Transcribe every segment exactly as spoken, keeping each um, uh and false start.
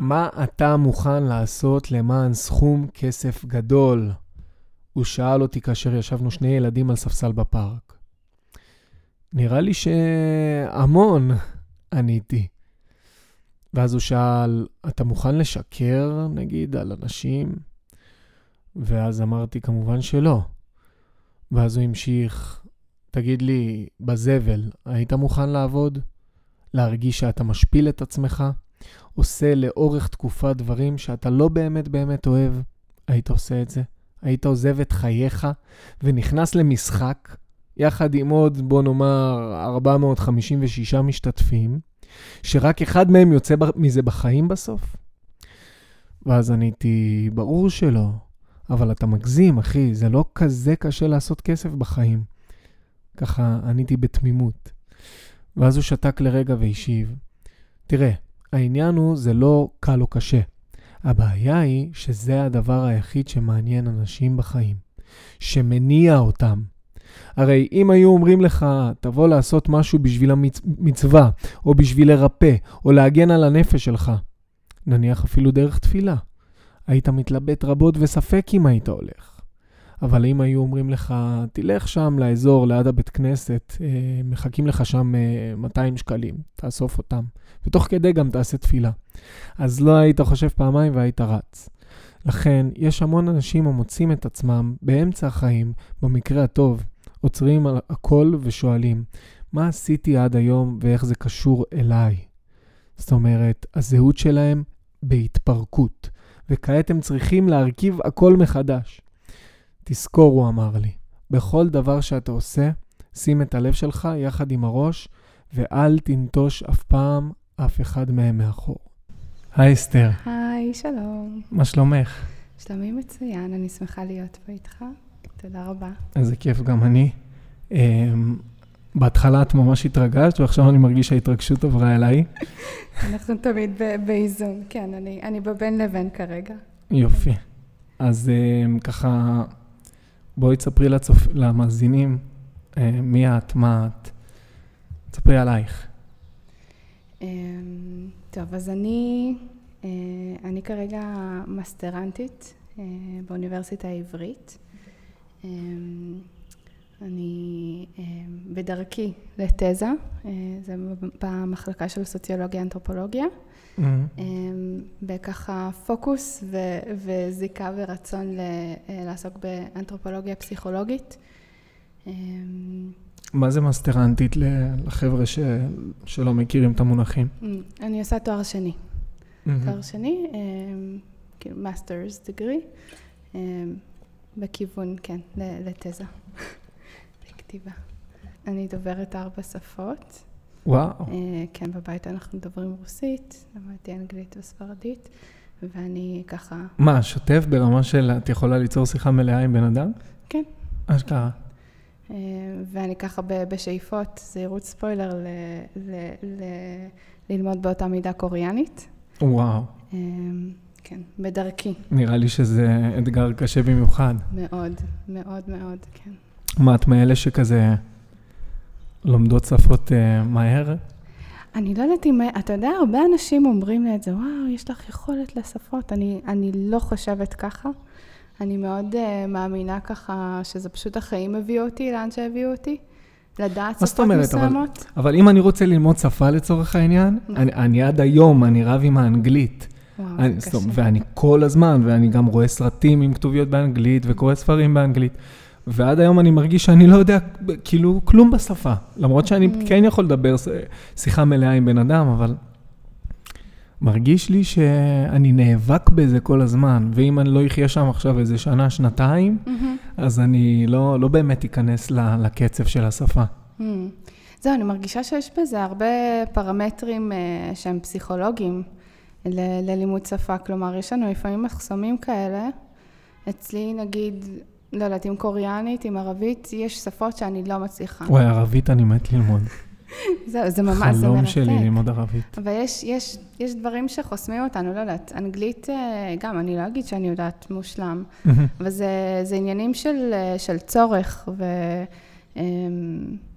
מה אתה מוכן לעשות למען סכום כסף גדול? הוא שאל אותי כאשר ישבנו שני ילדים על ספסל בפארק. נראה לי שהמון, עניתי. ואז הוא שאל, אתה מוכן לשקר, נגיד, על אנשים? ואז אמרתי, כמובן שלא. ואז הוא המשיך, תגיד לי, בזבל, היית מוכן לעבוד? להרגיש שאתה משפיל את עצמך? עושה לאורך תקופה דברים שאתה לא באמת באמת אוהב? היית עושה את זה? היית עוזב את חייך ונכנס למשחק, יחד עם עוד, בוא נאמר, ארבע מאות חמישים ושש משתתפים, שרק אחד מהם יוצא מזה בחיים בסוף? ואז עניתי, ברור שלא, אבל אתה מגזים, אחי, זה לא כזה קשה לעשות כסף בחיים. ככה עניתי בתמימות. ואז הוא שתק לרגע והשיב, תראה, העניין הוא, זה לא קל או קשה. הבעיה היא שזה הדבר היחיד שמעניין אנשים בחיים, שמניע אותם. הרי אם היו אומרים לך, תבוא לעשות משהו בשביל המצווה, או בשביל לרפא, או להגן על הנפש שלך, נניח אפילו דרך תפילה, היית מתלבט רבות וספק אם היית הולך. אבל אם היו אומרים לך, תלך שם לאזור, ליד הבית כנסת, מחכים לך שם מאתיים שקלים, תאסוף אותם, ותוך כדי גם תעשה תפילה. אז לא היית חושב פעמיים והיית רץ. לכן, יש המון אנשים המוצאים את עצמם באמצע החיים, במקרה הטוב, עוצרים על הכל ושואלים, מה עשיתי עד היום ואיך זה קשור אליי? זאת אומרת, הזהות שלהם בהתפרקות, וכעת הם צריכים להרכיב הכל מחדש. תזכור, הוא אמר לי, בכל דבר שאתה עושה, שים את הלב שלך יחד עם הראש, ואל תנטוש אף פעם אף אחד מהם מאחור. היי אסתר. היי, שלום. מה שלומך? שלומי מצוין, אני שמחה להיות פה איתך. תודה רבה. איזה כיף, גם אני. בהתחלה את ממש התרגשת, ועכשיו אני מרגיש שההתרגשות עברה אליי. אנחנו תמיד באיזון, כן, אני, אני בבין לבין כרגע. יופי. אז ככה, בואי תספרי לצופ... למאזינים, מי את, מה את. תספרי עלייך. טוב, אז אני, אני כרגע מסטרנטית באוניברסיטה העברית. אני בדרכי לתזה, זה במחלקה של סוציולוגיה אנתרופולוגיה, בככה פוקוס וזיקה ורצון לעסוק באנתרופולוגיה פסיכולוגית. מה זה מסטרנטית לחבר'ה שלא מכירים את המונחים? אני עושה תואר שני. תואר שני, כאילו מאסטרס דגרי, בכיוון, כן, לתזה. לכתיבה. אני דוברת ארבע שפות. וואו. כן, בבית אנחנו מדברים רוסית, למדתי אנגלית וספרדית, ואני ככה... מה, שוטף ברמה של את יכולה ליצור שיחה מלאה עם בן אדם? כן. אשכרה. ואני ככה בשאיפות, זהירות ספוילר, ל- ל- ל- ללמוד באותה מידה קוריאנית. וואו. כן, בדרכי. נראה לי שזה אתגר קשה במיוחד. מאוד, מאוד מאוד, כן. מה, את מאלה שכזה לומדות שפות uh, מהר? אני לא יודעת אם, אתה יודע, הרבה אנשים אומרים לי את זה, וואו, יש לך יכולת לשפות. אני, אני לא חושבת ככה. אני מאוד uh, מאמינה ככה שזה פשוט החיים הביאו אותי, לאן שהביאו אותי. לדעת שפות אומרת, מסוימות. אבל, אבל אם אני רוצה ללמוד שפה לצורך העניין, אני, אני עד היום, אני רב עם האנגלית. וואו, אני, זה קשה. ואני כל הזמן, ואני גם רואה סרטים עם כתוביות באנגלית, וקורא ספרים באנגלית. ועד היום אני מרגיש שאני לא יודע, כאילו, כלום בשפה. למרות שאני כן יכול לדבר שיחה מלאה עם בן אדם, אבל מרגיש לי שאני נאבק בזה כל הזמן. ואם אני לא אחיה שם עכשיו איזה שנה, שנתיים, אז אני לא, לא באמת אכנס לקצב של השפה. זהו, אני מרגישה שיש בזה הרבה פרמטרים שהם פסיכולוגיים ל- ללימוד שפה. כלומר, יש לנו לפעמים מחסומים כאלה. אצלי, נגיד, לא יודעת, עם קוריאנית, עם ערבית, יש שפות שאני לא מצליחה. וואי, ערבית אני מת ללמוד. זהו, זה ממש, זה מרתק. חלום שלי ללמוד ערבית. אבל יש, יש, יש דברים שחוסמים אותנו, לא יודעת. אנגלית, גם, אני לא אגיד שאני יודעת מושלם, אבל זה, זה עניינים של, של צורך, ו...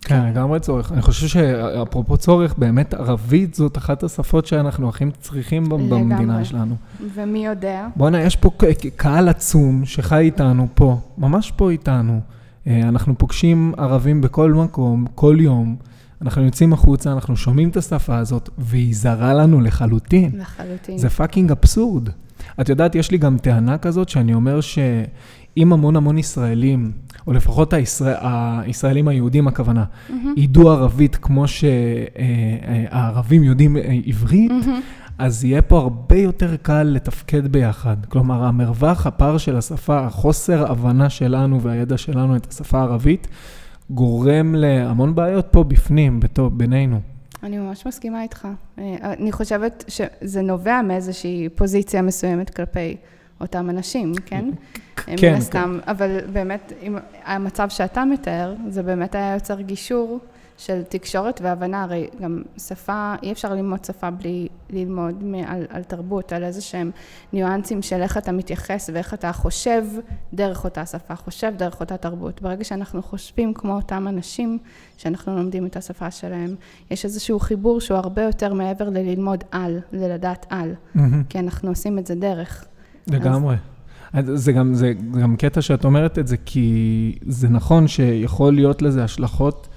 כן, לגמרי צורך. אני חושב שאפרופו צורך, באמת ערבית זאת אחת השפות שאנחנו הכי צריכים במדינה שלנו. ומי יודע? בוא'נה, יש פה קהל עצום שחי איתנו פה, ממש פה איתנו. אנחנו פוגשים ערבים בכל מקום, כל יום. אנחנו יוצאים החוצה, אנחנו שומעים את השפה הזאת, והיא זרה לנו לחלוטין. לחלוטין. זה פאקינג אבסורד. את יודעת, יש לי גם טענה כזאת, שאני אומר שאם המון המון ישראלים, או לפחות הישראל, הישראלים היהודים הכוונה, mm-hmm. ידעו ערבית כמו שהערבים יודעים עברית, mm-hmm. אז יהיה פה הרבה יותר קל לתפקד ביחד. כלומר, המרווח, הפער של השפה, החוסר הבנה שלנו והידע שלנו את השפה הערבית, גורם להמון בעיות פה בפנים, בתו, בינינו. אני ממש מסכימה איתך. אני חושבת שזה נובע מאיזושהי פוזיציה מסוימת כלפי אותם אנשים, כן? כן. מן הסתם, אבל באמת, המצב שאתה מתאר, זה באמת היה יוצר גישור של תקשורת והבנה, הרי גם שפה, אי אפשר ללמוד שפה בלי ללמוד על, על תרבות, על איזה שהם ניואנסים של איך אתה מתייחס ואיך אתה חושב דרך אותה שפה, חושב דרך אותה תרבות. ברגע שאנחנו חושבים כמו אותם אנשים, שאנחנו לומדים את השפה שלהם, יש איזשהו חיבור שהוא הרבה יותר מעבר לללמוד על, ללדעת על, mm-hmm. כי אנחנו עושים את זה דרך. לגמרי. אז... זה גם, זה גם קטע שאת אומרת את זה, כי זה נכון שיכול להיות לזה השלכות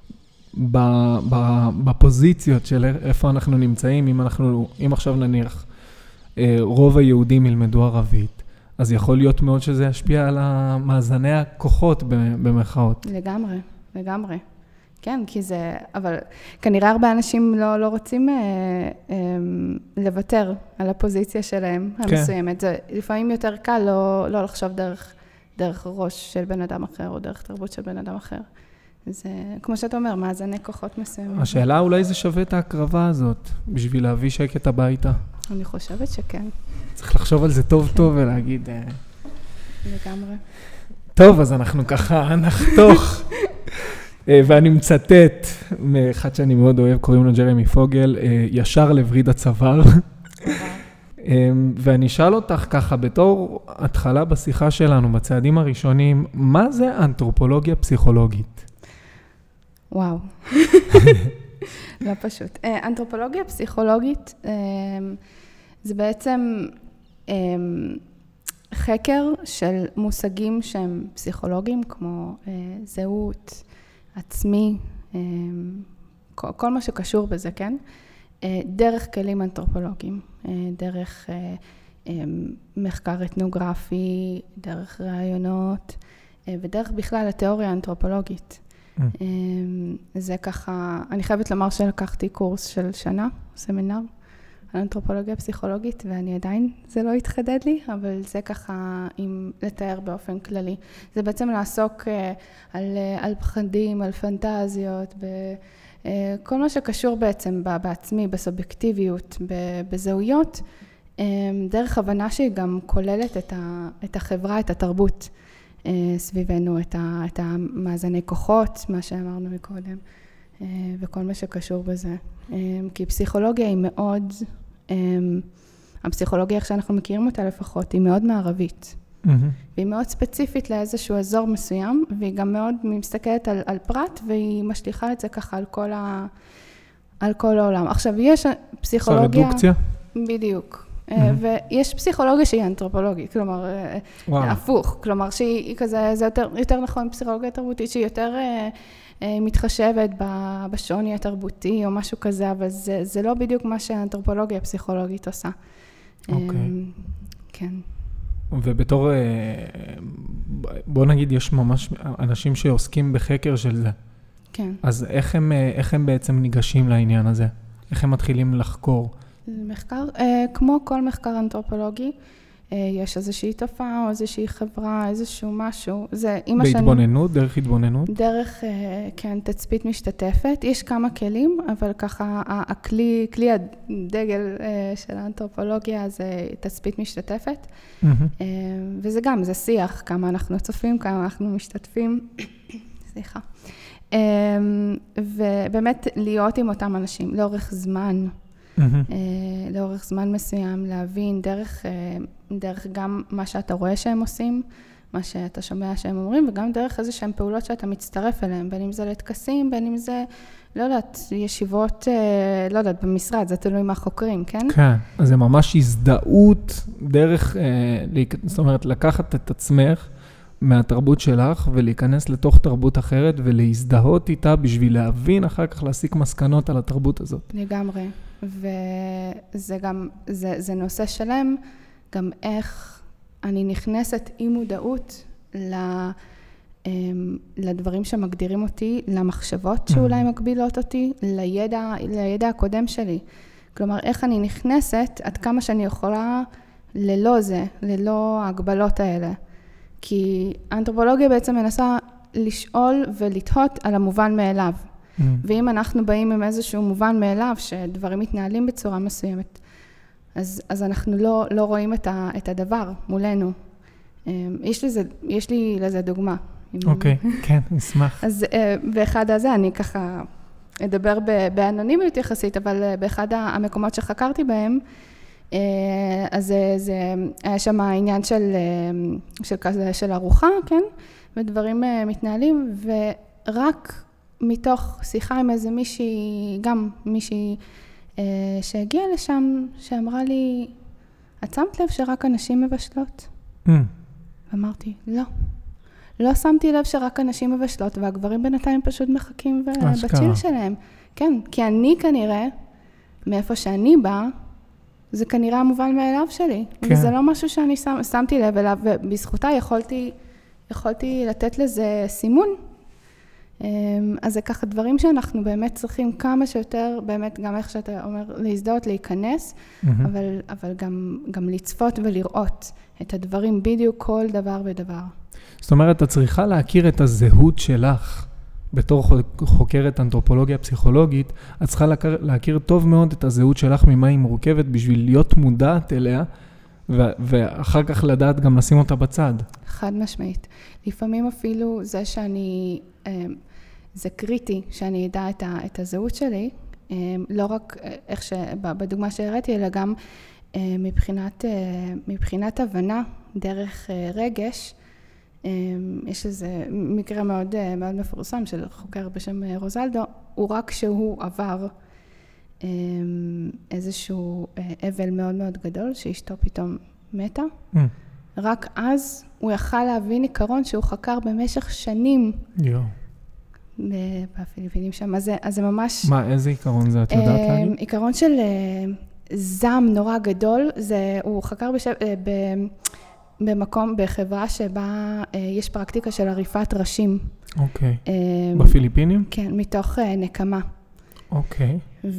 בפוזיציות של איפה אנחנו נמצאים, אם אנחנו, אם עכשיו נניח רוב היהודים ילמדו ערבית, אז יכול להיות מאוד שזה ישפיע על מאזני הכוחות במרכאות. לגמרי, לגמרי. כן, כי זה, אבל כנראה הרבה אנשים לא, לא רוצים אה, אה, לוותר על הפוזיציה שלהם המסוימת. זה לפעמים יותר קל לא, לא לחשוב דרך, דרך ראש של בן אדם אחר, או דרך תרבות של בן אדם אחר. זה, כמו שאתה אומר, מאזני כוחות מסוימים. השאלה אולי זה שווה את ההקרבה הזאת, בשביל להביא שקט הביתה. אני חושבת שכן. צריך לחשוב על זה טוב טוב ולהגיד... לגמרי. טוב, אז אנחנו ככה נחתוך. ואני מצטט מאחד שאני מאוד אוהב, קוראים לו ג'רמי פוגל, ישר לווריד הצוואר. ואני אשאל אותך ככה, בתור התחלה בשיחה שלנו, בצעדים הראשונים, מה זה אנתרופולוגיה פסיכולוגית? וואו. לא פשוט. אנתרופולוגיה פסיכולוגית זה בעצם חקר של מושגים שהם פסיכולוגיים, כמו זהות, עצמי, כל מה שקשור בזה, כן? דרך כלים אנתרופולוגיים, דרך מחקר אתנוגרפי, דרך רעיונות, ודרך בכלל התיאוריה האנתרופולוגית. זה ככה, אני חייבת לומר שלקחתי קורס של שנה, סמינר, על אנתרופולוגיה פסיכולוגית, ואני עדיין, זה לא התחדד לי, אבל זה ככה, אם לתאר באופן כללי. זה בעצם לעסוק על, על פחדים, על פנטזיות, בכל מה שקשור בעצם בעצמי, בסובייקטיביות, בזהויות, דרך הבנה שהיא גם כוללת את, ה, את החברה, את התרבות סביבנו, את, ה, את המאזני כוחות, מה שאמרנו מקודם, וכל מה שקשור בזה. כי פסיכולוגיה היא מאוד, הפסיכולוגיה איך שאנחנו מכירים אותה לפחות, היא מאוד מערבית. Mm-hmm. והיא מאוד ספציפית לאיזשהו אזור מסוים, והיא גם מאוד מסתכלת על, על פרט, והיא משליחה את זה ככה על כל, ה, על כל העולם. עכשיו, יש פסיכולוגיה... רדוקציה? בדיוק. Mm-hmm. ויש פסיכולוגיה שהיא אנתרופולוגית, כלומר, וואו. הפוך. כלומר, שהיא כזה, זה יותר, יותר נכון, פסיכולוגיה תרבותית, שהיא יותר... מתחשבת בשוני התרבותי או משהו כזה, אבל זה, זה לא בדיוק מה שהאנתרופולוגיה הפסיכולוגית עושה. אוקיי. כן. ובתור, בוא נגיד, יש ממש אנשים שעוסקים בחקר של זה. כן. אז איך הם, איך הם בעצם ניגשים לעניין הזה? איך הם מתחילים לחקור? מחקר, כמו כל מחקר אנתרופולוגי, יש איזושהי תופעה או איזושהי חברה, איזשהו משהו. זה עם השנים... בהתבוננות, דרך התבוננות? דרך, כן, תצפית משתתפת. יש כמה כלים, אבל ככה, הכלי, כלי הדגל של האנתרופולוגיה זה תצפית משתתפת. Mm-hmm. וזה גם, זה שיח, כמה אנחנו צופים, כמה אנחנו משתתפים. סליחה. ובאמת להיות עם אותם אנשים לאורך זמן. Mm-hmm. לאורך זמן מסוים, להבין דרך, דרך גם מה שאתה רואה שהם עושים, מה שאתה שומע שהם אומרים, וגם דרך איזה שהם פעולות שאתה מצטרף אליהם, בין אם זה לתקסים, בין אם זה, לא יודעת, ישיבות, לא יודעת, במשרד, זה תלוי מה חוקרים, כן? כן, אז זה ממש הזדהות דרך, זאת אומרת, לקחת את עצמך מהתרבות שלך, ולהיכנס לתוך תרבות אחרת, ולהזדהות איתה בשביל להבין אחר כך להסיק מסקנות על התרבות הזאת. לגמרי, וזה גם, זה, זה נושא שלם, גם איך אני נכנסת עם מודעות לדברים שמגדירים אותי, למחשבות שאולי מגבילות אותי, לידע, לידע הקודם שלי. כלומר, איך אני נכנסת, עד כמה שאני יכולה ללא זה, ללא ההגבלות האלה. כי האנתרופולוגיה בעצם מנסה לשאול ולתהות על המובן מאליו. ואם אנחנו באים עם איזשהו מובן מאליו, שדברים מתנהלים בצורה מסוימת, אז, אז אנחנו לא, לא רואים את, ה, את הדבר מולנו. יש, לזה, יש לי לזה דוגמה. אוקיי, okay, כן, נשמח. אז באחד הזה אני ככה אדבר באנונימיות יחסית, אבל באחד המקומות שחקרתי בהם, אז זה, זה היה שם העניין של, של, של, של ארוחה, כן? ודברים מתנהלים, ורק מתוך שיחה עם איזה מישהי, גם מישהי, שהגיעה לשם, שאמרה לי, את שמת לב שרק אנשים מבשלות? Mm. ואמרתי, לא. לא שמתי לב שרק אנשים מבשלות, והגברים בינתיים פשוט מחכים בצ'יל שלהם. כן, כי אני כנראה, מאיפה שאני באה, זה כנראה המובן מאליו שלי. כן. וזה לא משהו שאני שם, שמתי לב אליו, ובזכותה יכולתי, יכולתי לתת לזה סימון. אז זה ככה דברים שאנחנו באמת צריכים כמה שיותר, באמת גם איך שאתה אומר, להזדהות, להיכנס, mm-hmm. אבל, אבל גם, גם לצפות ולראות את הדברים בדיוק כל דבר ודבר. זאת אומרת, אתה צריכה להכיר את הזהות שלך בתור חוקרת אנתרופולוגיה פסיכולוגית, את צריכה להכיר, להכיר טוב מאוד את הזהות שלך ממה היא מורכבת בשביל להיות מודעת אליה, ו- ואחר כך לדעת גם לשים אותה בצד. חד משמעית. לפעמים אפילו זה שאני... זה קריטי שאני אדע את, ה, את הזהות שלי, לא רק איך שבדוגמה שהראיתי, אלא גם מבחינת, מבחינת הבנה דרך רגש. יש איזה מקרה מאוד, מאוד מפורסם של חוקר בשם רוזלדו, הוא רק שהוא עבר איזשהו אבל מאוד מאוד גדול, שאשתו פתאום מתה. Mm. רק אז הוא יכל להבין עיקרון שהוא חקר במשך שנים. יו. בפיליפינים שם, אז זה, אז זה ממש... מה, איזה עיקרון זה, את יודעת להגיד? עיקרון של זעם נורא גדול, זה, הוא חקר בשב, ב, במקום, בחברה שבה יש פרקטיקה של עריפת ראשים. אוקיי. בפיליפינים? כן, מתוך נקמה. אוקיי.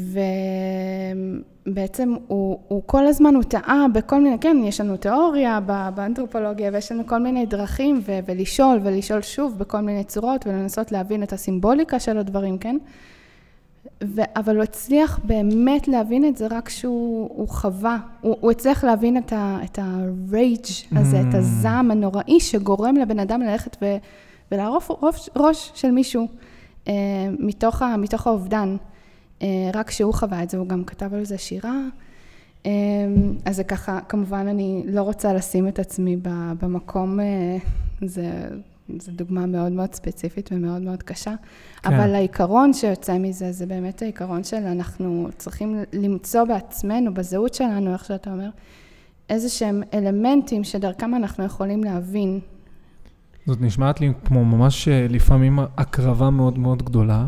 ובעצם הוא, הוא כל הזמן הוא טעה בכל מיני, כן, יש לנו תיאוריה באנתרופולוגיה, ויש לנו כל מיני דרכים, ו- ולשאול ולשאול שוב בכל מיני צורות, ולנסות להבין את הסימבוליקה של הדברים, כן? ו- אבל הוא הצליח באמת להבין את זה רק שהוא חווה, הוא, הוא הצליח להבין את ה- את ה-rage הזה, mm. את הזעם הנוראי שגורם לבן אדם ללכת ו- ולערוף ראש, ראש של מישהו אה, מתוך, ה- מתוך האובדן. רק שהוא חווה את זה, הוא גם כתב על זה שירה. אז זה ככה, כמובן אני לא רוצה לשים את עצמי במקום, זה, זה דוגמה מאוד מאוד ספציפית ומאוד מאוד קשה, כן. אבל העיקרון שיוצא מזה, זה באמת העיקרון של אנחנו צריכים למצוא בעצמנו, בזהות שלנו, איך שאתה אומר, איזה שהם אלמנטים שדרכם אנחנו יכולים להבין. זאת נשמעת לי כמו ממש לפעמים הקרבה מאוד מאוד גדולה,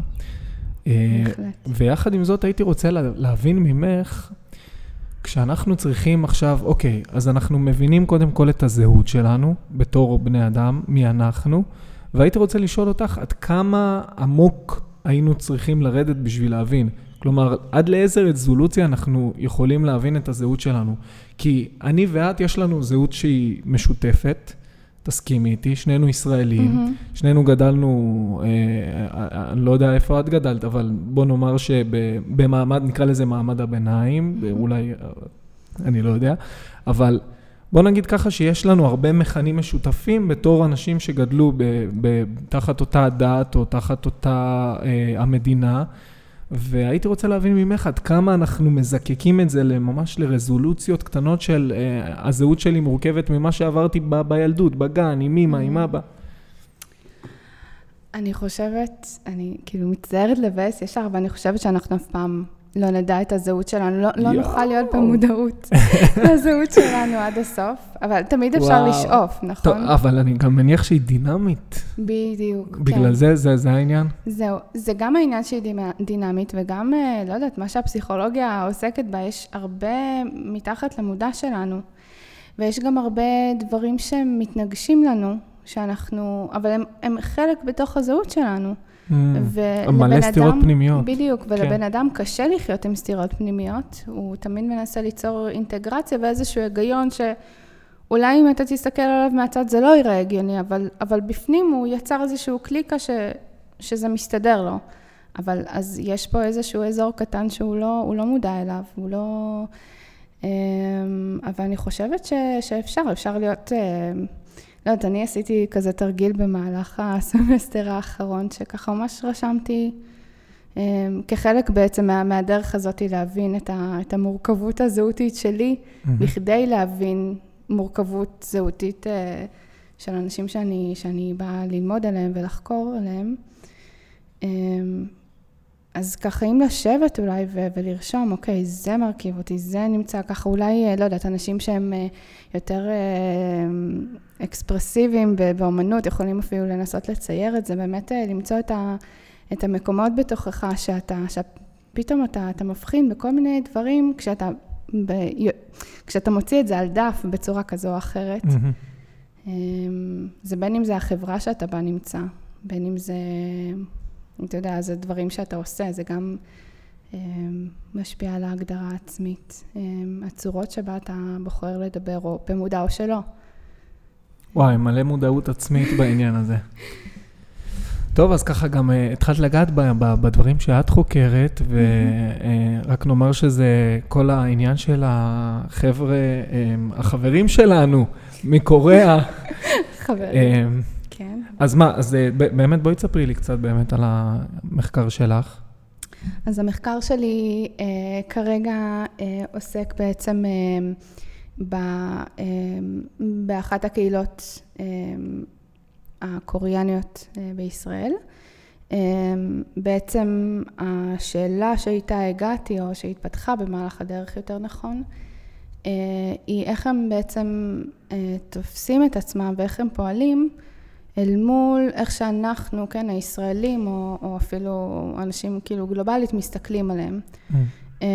ויחד עם זאת הייתי רוצה להבין ממך, כשאנחנו צריכים עכשיו, אוקיי, אז אנחנו מבינים קודם כל את הזהות שלנו, בתור בני אדם, מי אנחנו, והייתי רוצה לשאול אותך, עד כמה עמוק היינו צריכים לרדת בשביל להבין? כלומר, עד לאיזה רזולוציה אנחנו יכולים להבין את הזהות שלנו? כי אני ואת יש לנו זהות שהיא משותפת, תסכימי איתי, שנינו ישראלים, mm-hmm. שנינו גדלנו, אה, אני לא יודע איפה את גדלת, אבל בוא נאמר שבמעמד, נקרא לזה מעמד הביניים, mm-hmm. אולי, אני לא יודע, אבל בוא נגיד ככה שיש לנו הרבה מכנים משותפים בתור אנשים שגדלו ב, ב, תחת אותה הדת או תחת אותה אה, המדינה, והייתי רוצה להבין ממך עד כמה אנחנו מזקקים את זה ממש לרזולוציות קטנות של uh, הזהות שלי מורכבת ממה שעברתי ב- בילדות, בגן, עם אמא, עם אבא. אני חושבת, אני כאילו מצטערת לבאס ישר, אבל אני חושבת שאנחנו אף פעם לא נדע את הזהות שלנו, לא, לא נוכל להיות במודעות לזהות שלנו עד הסוף, אבל תמיד אפשר וואו. לשאוף, נכון? טוב, אבל אני גם מניח שהיא דינמית. בדיוק, בגלל כן. זה, זה, זה העניין? זהו, זה גם העניין שהיא דינמית, וגם, לא יודעת, מה שהפסיכולוגיה עוסקת בה, יש הרבה מתחת למודע שלנו, ויש גם הרבה דברים שמתנגשים לנו, שאנחנו, אבל הם, הם חלק בתוך הזהות שלנו. מלא סתירות פנימיות. בדיוק, ולבן אדם קשה לחיות עם סתירות פנימיות, הוא תמיד מנסה ליצור אינטגרציה ואיזשהו היגיון שאולי אם אתה תסתכל עליו מהצד זה לא יראה הגיוני, אבל, אבל בפנים הוא יצר איזשהו קליקה ש, שזה מסתדר לו. אבל אז יש פה איזשהו אזור קטן שהוא לא, הוא לא מודע אליו, הוא לא... אבל אני חושבת ש, שאפשר, אפשר להיות... לא יודעת, אני עשיתי כזה תרגיל במהלך הסמסטר האחרון, שככה ממש רשמתי כחלק בעצם מה, מהדרך הזאת להבין את, ה, את המורכבות הזהותית שלי, mm-hmm. בכדי להבין מורכבות זהותית של אנשים שאני, שאני באה ללמוד עליהם ולחקור עליהם. אז ככה אם לשבת אולי ו- ולרשום, אוקיי, זה מרכיב אותי, זה נמצא ככה, אולי, לא יודעת, אנשים שהם יותר אקספרסיביים באומנות, יכולים אפילו לנסות לצייר את זה, באמת למצוא את, ה- את המקומות בתוכך, שאתה, שפתאום אתה, אתה מבחין בכל מיני דברים, כשאתה, ב- כשאתה מוציא את זה על דף בצורה כזו או אחרת, mm-hmm. זה בין אם זה החברה שאתה בה נמצא, בין אם זה... אתה יודע, זה דברים שאתה עושה, זה גם אה, משפיע על ההגדרה העצמית. אה, הצורות שבה אתה בוחר לדבר, או במודע או שלא. וואי, מלא מודעות עצמית בעניין הזה. טוב, אז ככה גם uh, התחלת לגעת ב- ב- בדברים שאת חוקרת, ורק uh, נאמר שזה כל העניין של החבר'ה, um, החברים שלנו מקוריאה. חברים. Um, כן. אז מה, אז באמת בואי תספרי לי קצת באמת על המחקר שלך. אז המחקר שלי אה, כרגע אה, עוסק בעצם אה, ב, אה, באחת הקהילות אה, הקוריאניות אה, בישראל. אה, בעצם השאלה שאיתה הגעתי, או שהתפתחה במהלך הדרך יותר נכון, אה, היא איך הם בעצם אה, תופסים את עצמם ואיך הם פועלים, אל מול איך שאנחנו, כן, הישראלים, או, או אפילו אנשים כאילו גלובלית, מסתכלים עליהם. Mm.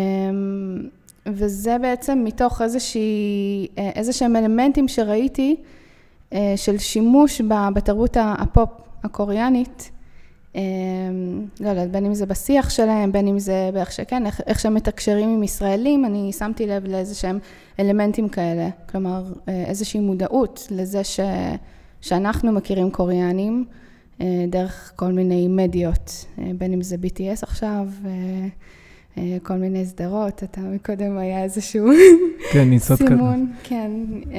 וזה בעצם מתוך איזושהי, איזשהם אלמנטים שראיתי, של שימוש בתרבות הפופ הקוריאנית, לא יודעת, בין אם זה בשיח שלהם, בין אם זה באיך שכן, איך, איך שהם מתקשרים עם ישראלים, אני שמתי לב לאיזשהם אלמנטים כאלה, כלומר, איזושהי מודעות לזה ש... שאנחנו מכירים קוריאנים דרך כל מיני מדיות, בין אם זה בי טי אס עכשיו, כל מיני סדרות, אתה מקודם היה איזשהו כן, סימון, כן,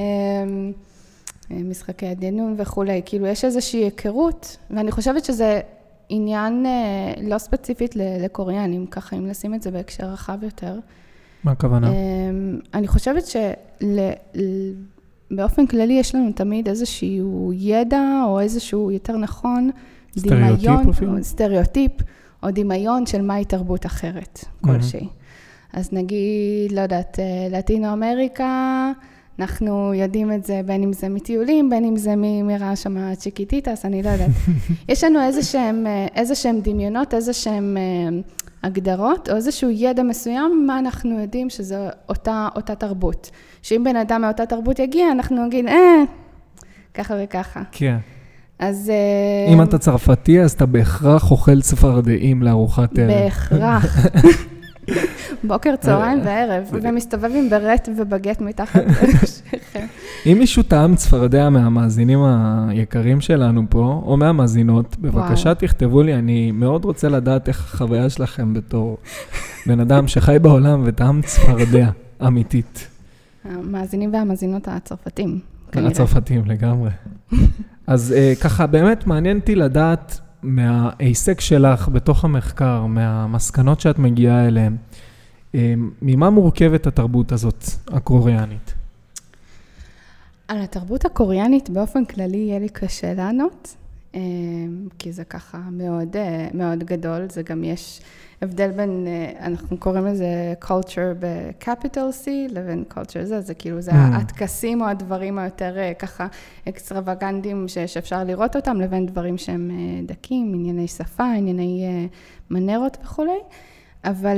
משחקי הדינון וכולי, כאילו יש איזושהי היכרות, ואני חושבת שזה עניין לא ספציפית לקוריאנים, ככה אם לשים את זה בהקשר רחב יותר. מה הכוונה? אני חושבת של... באופן כללי יש לנו תמיד איזשהו ידע, או איזשהו יותר נכון, סטריאוטיפ דמיון, אפילו? או סטריאוטיפ, או דמיון של מהי תרבות אחרת, כלשהי. אז נגיד, לא יודעת, לטינו אמריקה, אנחנו יודעים את זה בין אם זה מטיולים, בין אם זה מראה שם צ'יקיטיטס, אני לא יודעת. יש לנו איזשהם, איזשהם דמיונות, איזשהם הגדרות, או איזשהו ידע מסוים, מה אנחנו יודעים שזה אותה, אותה תרבות. שאם בן אדם מאותה תרבות יגיע, אנחנו נגיד, אה, ככה וככה. כן. אז... אם אתה צרפתי, אז אתה בהכרח אוכל צפרדעים לארוחת ערב. בהכרח. בוקר, צהריים וערב, ומסתובבים ברט ובגט מתחת לשכם. אם מישהו טעם צפרדע מהמאזינים היקרים שלנו פה, או מהמאזינות, בבקשה תכתבו לי, אני מאוד רוצה לדעת איך החוויה שלכם בתור בן אדם שחי בעולם וטעם צפרדע אמיתית. המאזינים והמאזינות הצרפתים. הצרפתים לגמרי. אז ככה באמת מעניין אותי לדעת מהעסק שלך בתוך המחקר, מהמסקנות שאת מגיעה אליהן, ממה מורכבת התרבות הזאת, הקוריאנית? על התרבות הקוריאנית באופן כללי יהיה לי קשה לענות, כי זה ככה מאוד, מאוד גדול. זה גם יש הבדל בין, אנחנו קוראים לזה culture ב-capital C, לבין culture זה, זה כאילו, זה הטקסים או הדברים היותר ככה אקסטרווגנטיים שאפשר לראות אותם, לבין דברים שהם דקים, ענייני שפה, ענייני מנרות וכו'. אבל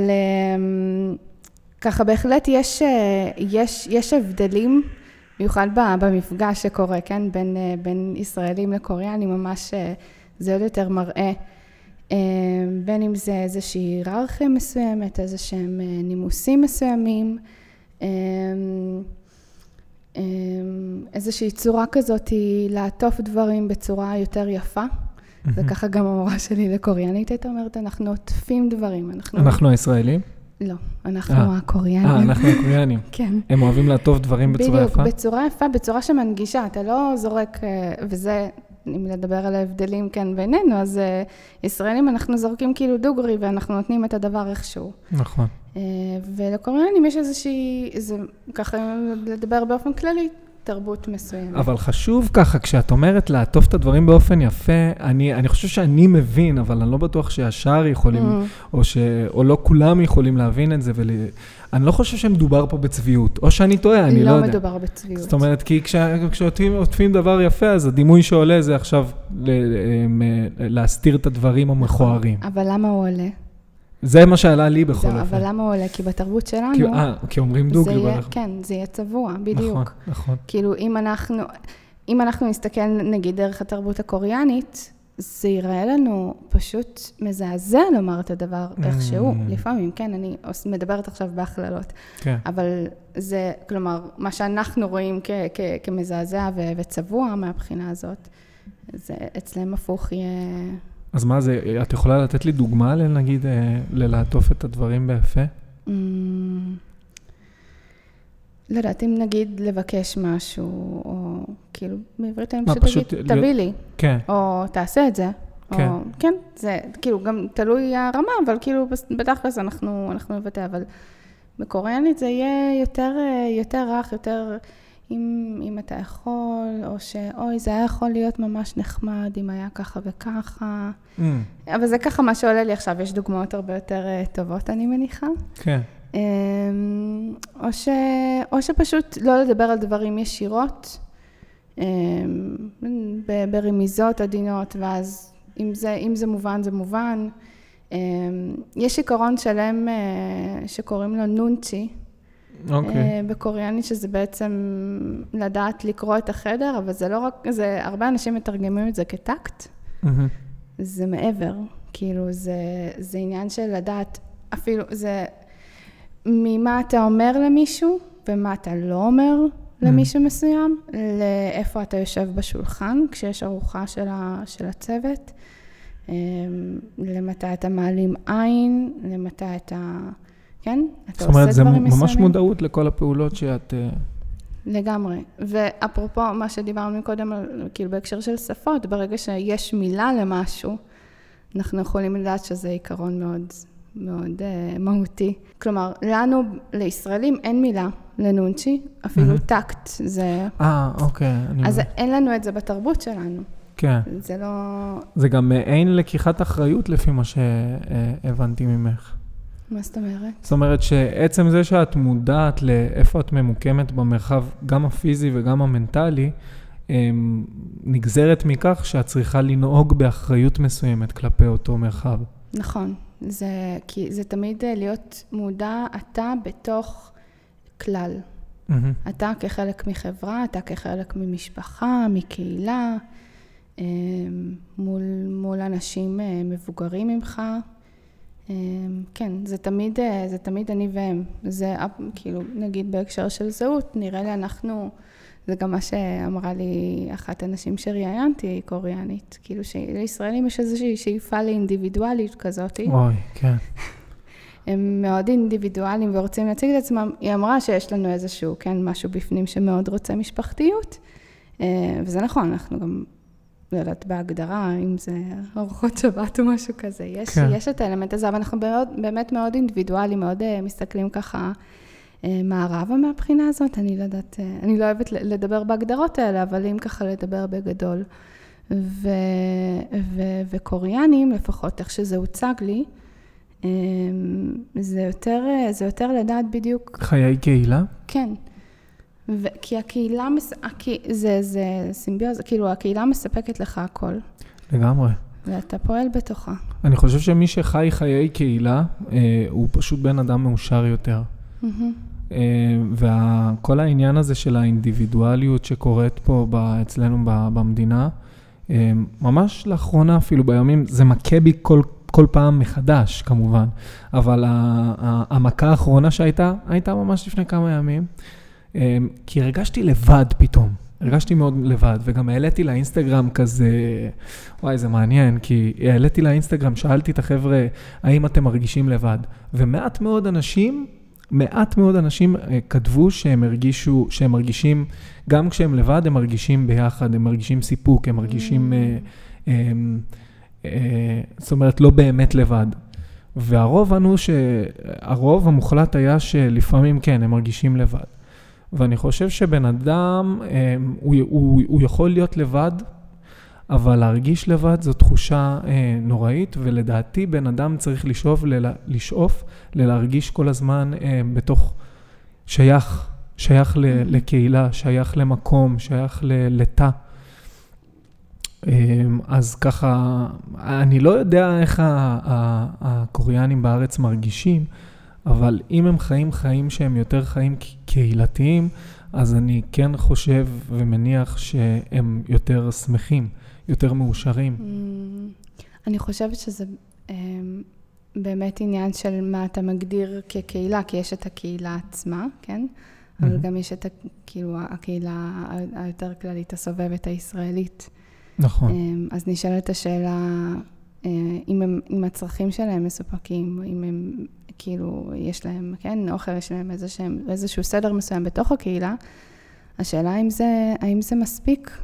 ככה בהחלט יש, יש, יש הבדלים, מיוחד במפגש שקורה, כן? בין, בין ישראלים לקוריאנים, ממש זה עוד יותר מראה, בין אם זה איזושהי היררכיה מסוימת, איזשהם נימוסים מסוימים, איזושהי צורה כזאת היא לעטוף דברים בצורה יותר יפה. זה ככה גם המורה שלי לקוריאנית הייתה אומרת, אנחנו עוטפים דברים. אנחנו, אנחנו הישראלים? לא, אנחנו הקוריאנים. אה, אנחנו הקוריאנים. כן. הם אוהבים לעטוף דברים בצורה יפה? בדיוק, בצורה יפה, בצורה שמנגישה. אתה לא זורק, וזה, אם לדבר על ההבדלים כן בינינו, אז ישראלים אנחנו זורקים כאילו דוגרי, ואנחנו נותנים את הדבר איכשהו. נכון. ולקוריאנים יש איזושהי, זה ככה לדבר באופן כללי, תרבות מסוימת. אבל חשוב ככה, כשאת אומרת לעטוף את הדברים באופן יפה, אני, אני חושב שאני מבין, אבל אני לא בטוח שהשאר יכולים, mm. או, ש, או לא כולם יכולים להבין את זה, ואני לא חושב שמדובר פה בצביעות, או שאני טועה, אני לא, לא יודע. לא מדובר בצביעות. זאת אומרת, כי כשעוטפים דבר יפה, אז הדימוי שעולה זה עכשיו להסתיר את הדברים המכוערים. אבל למה הוא עולה? זה מה שעלה לי בכל אופן. אבל למה הוא עולה? כי בתרבות שלנו... כי, אה, כי אומרים דוגרי. יהיה, כן, זה יהיה צבוע, בדיוק. נכון, נכון. כאילו, אם אנחנו, אם אנחנו נסתכל, נגיד, דרך התרבות הקוריאנית, זה יראה לנו פשוט מזעזע לומר את הדבר איכשהו. לפעמים, כן, אני מדברת עכשיו בהכללות. כן. אבל זה, כלומר, מה שאנחנו רואים כ- כ- כמזעזע ו- וצבוע מהבחינה הזאת, זה אצלם הפוך יהיה... אז מה זה, את יכולה לתת לי דוגמה, נגיד, ללעטוף את הדברים ביפה? לא יודעת, אם נגיד לבקש משהו, או כאילו, בעברית אני פשוט תגיד, תביא לי, או תעשה את זה, כן, זה כאילו גם תלוי הרמה, אבל כאילו בתכלס אנחנו נבטא, אבל בקוריאנית זה יהיה יותר רך, יותר... אם, אם אתה יכול, או שאוי, זה היה יכול להיות ממש נחמד, אם היה ככה וככה. Mm. אבל זה ככה מה שעולה לי עכשיו, יש דוגמאות הרבה יותר טובות, אני מניחה. כן. Okay. או, ש, או שפשוט לא לדבר על דברים ישירות, ברמיזות עדינות, ואז אם זה, אם זה מובן, זה מובן. יש עיקרון שלם שקוראים לו נונצ'י, Okay. בקוריאנית, שזה בעצם לדעת לקרוא את החדר, אבל זה לא רק, זה, הרבה אנשים מתרגמים את זה כטקט. Mm-hmm. זה מעבר, כאילו, זה, זה עניין של לדעת, אפילו, זה ממה אתה אומר למישהו, ומה אתה לא אומר mm-hmm. למישהו מסוים, לאיפה אתה יושב בשולחן, כשיש ארוחה של, ה, של הצוות, למתי אתה מעלים עין, למתי אתה... כן? זאת אומרת, זה ממש מודעות לכל הפעולות שאת... לגמרי. ואפרופו מה שדיברנו קודם, כאילו בהקשר של שפות, ברגע שיש מילה למשהו, אנחנו יכולים לדעת שזה עיקרון מאוד, מאוד uh, מהותי. כלומר, לנו, לישראלים, אין מילה לנונצ'י, אפילו mm-hmm. טקט. זה... אה, אוקיי. אז אני... אין לנו את זה בתרבות שלנו. כן. זה לא... זה גם אין לקיחת אחריות לפי מה שהבנתי ממך. מה זאת אומרת? זאת אומרת שעצם זה שאת מודעת לאיפה את ממוקמת במרחב, גם הפיזי וגם המנטלי, נגזרת מכך שאת צריכה לנהוג באחריות מסוימת כלפי אותו מרחב. נכון. זה, כי זה תמיד להיות מודע אתה בתוך כלל. Mm-hmm. אתה כחלק מחברה, אתה כחלק ממשפחה, מקהילה, מול, מול אנשים מבוגרים ממך. כן, זה תמיד, זה תמיד אני והם. זה כאילו, נגיד בהקשר של זהות, נראה לי אנחנו, זה גם מה שאמרה לי אחת הנשים שראיינתי, קוריאנית, כאילו שלישראלים יש איזושהי שאיפה לאינדיבידואלית כזאת. וואי, כן. הם מאוד אינדיבידואליים ורוצים להציג את עצמם. היא אמרה שיש לנו איזשהו, כן, משהו בפנים שמאוד רוצה משפחתיות, וזה נכון, אנחנו גם לא יודעת, בהגדרה, אם זה ארוחות שבת או משהו כזה. יש, כן. יש את האלמנט הזה, אבל אנחנו מאוד, באמת מאוד אינדיבידואלי, מאוד uh, מסתכלים ככה uh, מערבה מהבחינה הזאת. אני לא יודעת, uh, אני לא אוהבת לדבר בהגדרות האלה, אבל אם ככה לדבר בגדול. ו, ו, וקוריאנים, לפחות איך שזה הוצג לי, um, זה יותר, זה יותר לדעת בדיוק... חיי קהילה? כן. ו- כי הקהילה, מס... זה, זה סימביוזה, כאילו הקהילה מספקת לך הכל. לגמרי. ואתה פועל בתוכה. אני חושב שמי שחי חיי קהילה, אה, הוא פשוט בן אדם מאושר יותר. Mm-hmm. אה, וכל העניין הזה של האינדיבידואליות שקורית פה אצלנו במדינה, אה, ממש לאחרונה אפילו בימים, זה מכה בי כל, כל פעם מחדש כמובן, אבל המכה האחרונה שהייתה, הייתה ממש לפני כמה ימים, כי הרגשתי לבד פתאום, הרגשתי מאוד לבד, וגם העליתי לאינסטגרם כזה, וואי זה מעניין, כי העליתי לאינסטגרם, שאלתי את החבר'ה, האם אתם מרגישים לבד? ומעט מאוד אנשים, מעט מאוד אנשים כתבו שהם הרגישו, שהם מרגישים, גם כשהם לבד, הם מרגישים ביחד, הם מרגישים סיפוק, הם מרגישים, זאת אומרת, לא באמת לבד. והרוב ענו שהרוב המוחלט היה שלפעמים כן, הם מרגישים לבד. ואני חושב שבן אדם, הוא, הוא, הוא יכול להיות לבד, אבל להרגיש לבד זו תחושה נוראית, ולדעתי בן אדם צריך לשאוף, לשאוף ללהרגיש כל הזמן בתוך שייך, שייך לקהילה, שייך למקום, שייך לתא. אז ככה, אני לא יודע איך הקוריאנים בארץ מרגישים, אבל אם הם חיים חיים שהם יותר חיים קהילתיים, אז אני כן חושב ומניח שהם יותר שמחים, יותר מאושרים. אני חושבת שזה באמת עניין של מה אתה מגדיר כקהילה, כי יש את הקהילה עצמה, כן? אבל גם יש את כאילו הקהילה היותר כללית, הסובבת הישראלית. נכון. אז נשאלת השאלה, אם, הם, אם הצרכים שלהם מסופקים, אם הם כאילו יש להם, כן, אוכל, יש להם איזשהו, איזשהו סדר מסוים בתוך הקהילה, השאלה האם זה, האם זה מספיק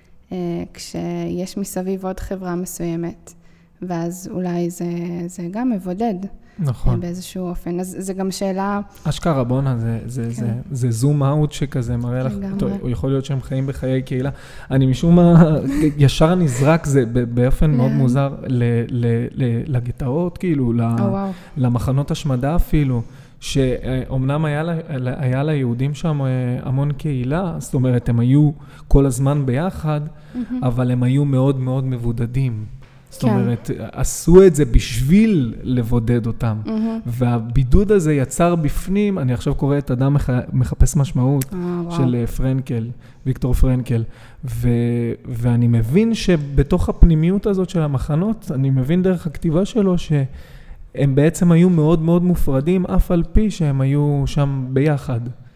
כשיש מסביב עוד חברה מסוימת, ואז אולי זה, זה גם מבודד. נכון. באיזשהו אופן. אז זה גם שאלה... אשכרה, בונה, זה, זה, כן. זה, זה זום אאוט שכזה מראה לך, טוב, יכול להיות שהם חיים בחיי קהילה. אני משום מה, ישר נזרק זה באופן מאוד מוזר ל, ל, ל, לגטאות, כאילו, למחנות השמדה אפילו, שאומנם היה, היה ליהודים שם המון קהילה, זאת אומרת, הם היו כל הזמן ביחד, אבל הם היו מאוד מאוד מבודדים. זאת אומרת, עשו את זה בשביל לבודד אותם. והבידוד הזה יצר בפנים, אני עכשיו קורא את אדם מחפש משמעות של פרנקל, ויקטור פרנקל, ואני מבין שבתוך הפנימיות הזאת של המחנות, אני מבין דרך הכתיבה שלו שהם בעצם היו מאוד מאוד מופרדים, אף על פי שהם היו שם ביחד.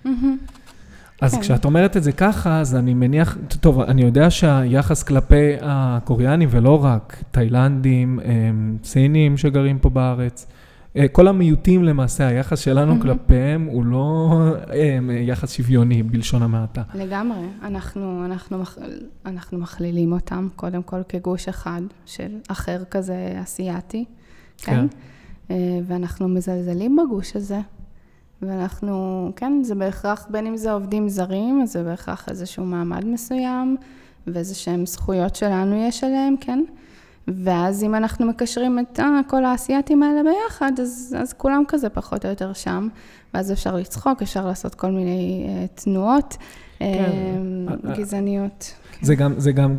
אז כן. כשאת אומרת את זה ככה, אז אני מניח, טוב, אני יודע שהיחס כלפי הקוריאנים, ולא רק, תאילנדים, סינים שגרים פה בארץ, כל המיעוטים למעשה, היחס שלנו כלפיהם הוא לא יחס שוויוני בלשון המעטה. לגמרי, אנחנו, אנחנו, אנחנו מכלילים אותם, קודם כל כגוש אחד, של אחר כזה אסיאתי, כן? כן. ואנחנו מזלזלים בגוש הזה. ואנחנו, כן, זה בהכרח, בין אם זה עובדים זרים, אז זה בהכרח איזשהו מעמד מסוים, ואיזשהם זכויות שלנו יש עליהם, כן? ואז אם אנחנו מקשרים את אה, כל האסייתים האלה ביחד, אז, אז כולם כזה פחות או יותר שם, ואז אפשר לצחוק, אפשר לעשות כל מיני אה, תנועות כן. אה, גזעניות. זה גם, זה גם,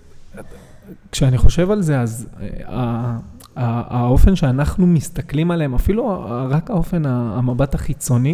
כשאני חושב על זה, אז אה, האופן שאנחנו מסתכלים עליהם, אפילו רק האופן, המבט החיצוני,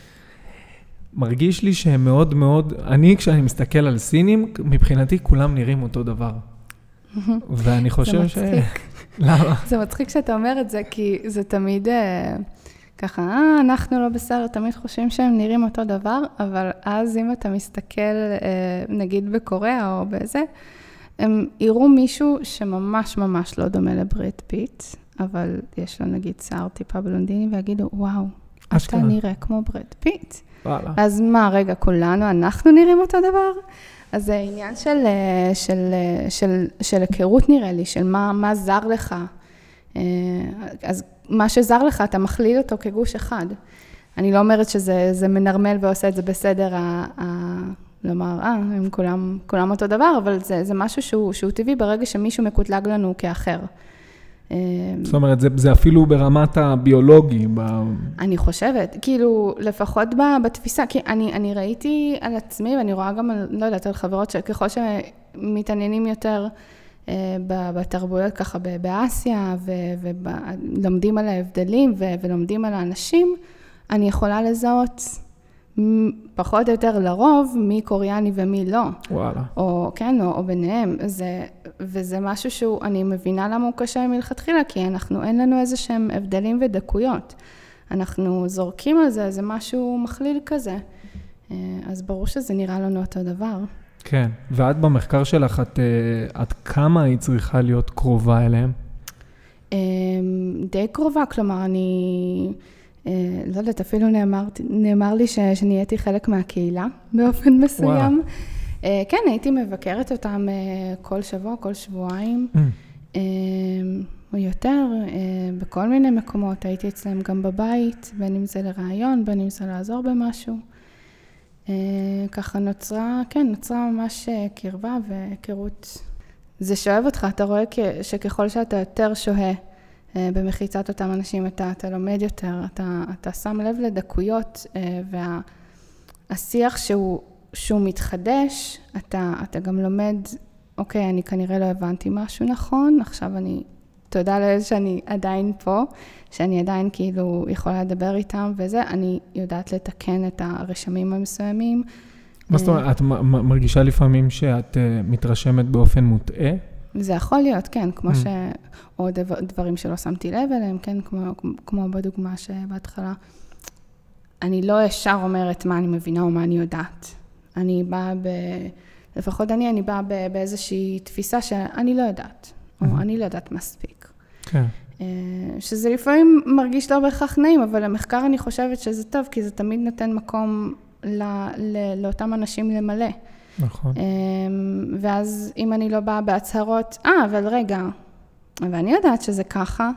מרגיש לי שהם מאוד מאוד, אני כשאני מסתכל על סינים, מבחינתי כולם נראים אותו דבר. ואני חושב ש... זה מצחיק. למה? זה מצחיק שאתה אומר את זה, כי זה תמיד ככה, אה, אנחנו לא בסדר, תמיד חושבים שהם נראים אותו דבר, אבל אז אם אתה מסתכל, נגיד בקוריאה או בזה, הם יראו מישהו שממש ממש לא דומה לברד פיט, אבל יש לו נגיד שיער טיפה בלונדיני, ויגידו, וואו, אתה נראה כמו ברד פיט. אז מה, רגע, כולנו, אנחנו נראים אותו דבר? אז זה עניין של, של, של, של היכרות נראה לי, של מה, מה זר לך. אז מה שזר לך, אתה מכליל אותו כגוש אחד. אני לא אומרת שזה זה מנרמל ועושה את זה בסדר, ה, ה, לומר, אה, הם כולם, כולם אותו דבר, אבל זה, זה משהו שהוא, שהוא טבעי ברגע שמישהו מקוטלג לנו כאחר. זאת אומרת, זה, זה אפילו ברמת הביולוגי. ב... אני חושבת, כאילו, לפחות בתפיסה, כי אני, אני ראיתי על עצמי, ואני רואה גם, על, לא יודעת, על חברות שככל שמתעניינים יותר אה, בתרבויות ככה באסיה, ולומדים על ההבדלים, ו, ולומדים על האנשים, אני יכולה לזהות פחות או יותר לרוב, מי קוריאני ומי לא. וואלה. או, כן, או, או ביניהם. זה, וזה משהו שהוא, אני מבינה למה הוא קשה מלכתחילה, כי אנחנו, אין לנו איזה שהם הבדלים ודקויות. אנחנו זורקים על זה, זה משהו מכליל כזה. אז ברור שזה נראה לנו אותו דבר. כן, ואת במחקר שלך, את, את כמה היא צריכה להיות קרובה אליהם? די קרובה, כלומר, אני... לא יודעת, אפילו נאמר, נאמר לי ש, שנהייתי חלק מהקהילה באופן מסוים. כן, הייתי מבקרת אותם כל שבוע, כל שבועיים, או יותר, בכל מיני מקומות. הייתי אצלם גם בבית, בין אם זה לרעיון, בין אם זה לעזור במשהו. ככה נוצרה, כן, נוצרה ממש קרבה והיכרות. זה שואב אותך, אתה רואה שככל שאתה יותר שוהה, במחיצת אותם אנשים, אתה, אתה לומד יותר, אתה, אתה שם לב לדקויות, והשיח שהוא, שהוא מתחדש, אתה, אתה גם לומד, אוקיי, אני כנראה לא הבנתי משהו נכון, עכשיו אני, תודה לאל שאני עדיין פה, שאני עדיין כאילו יכולה לדבר איתם, וזה, אני יודעת לתקן את הרשמים המסוימים. מה זאת אומרת, את מרגישה לפעמים שאת מתרשמת באופן מוטעה? זה יכול להיות, כן, כמו ש... או דברים שלא שמתי לב אליהם, כן, כמו, כמו בדוגמה שבהתחלה. אני לא ישר אומרת מה אני מבינה או מה אני יודעת. אני באה ב... לפחות אני, אני באה באיזושהי תפיסה שאני לא יודעת, או אני לא יודעת מספיק. כן. שזה לפעמים מרגיש לא בהכרח נעים, אבל המחקר אני חושבת שזה טוב, כי זה תמיד נותן מקום לא, לא, לאותם אנשים למלא. נכון. ואז אם אני לא באה בהצהרות, אה, אבל רגע, ואני יודעת שזה ככה,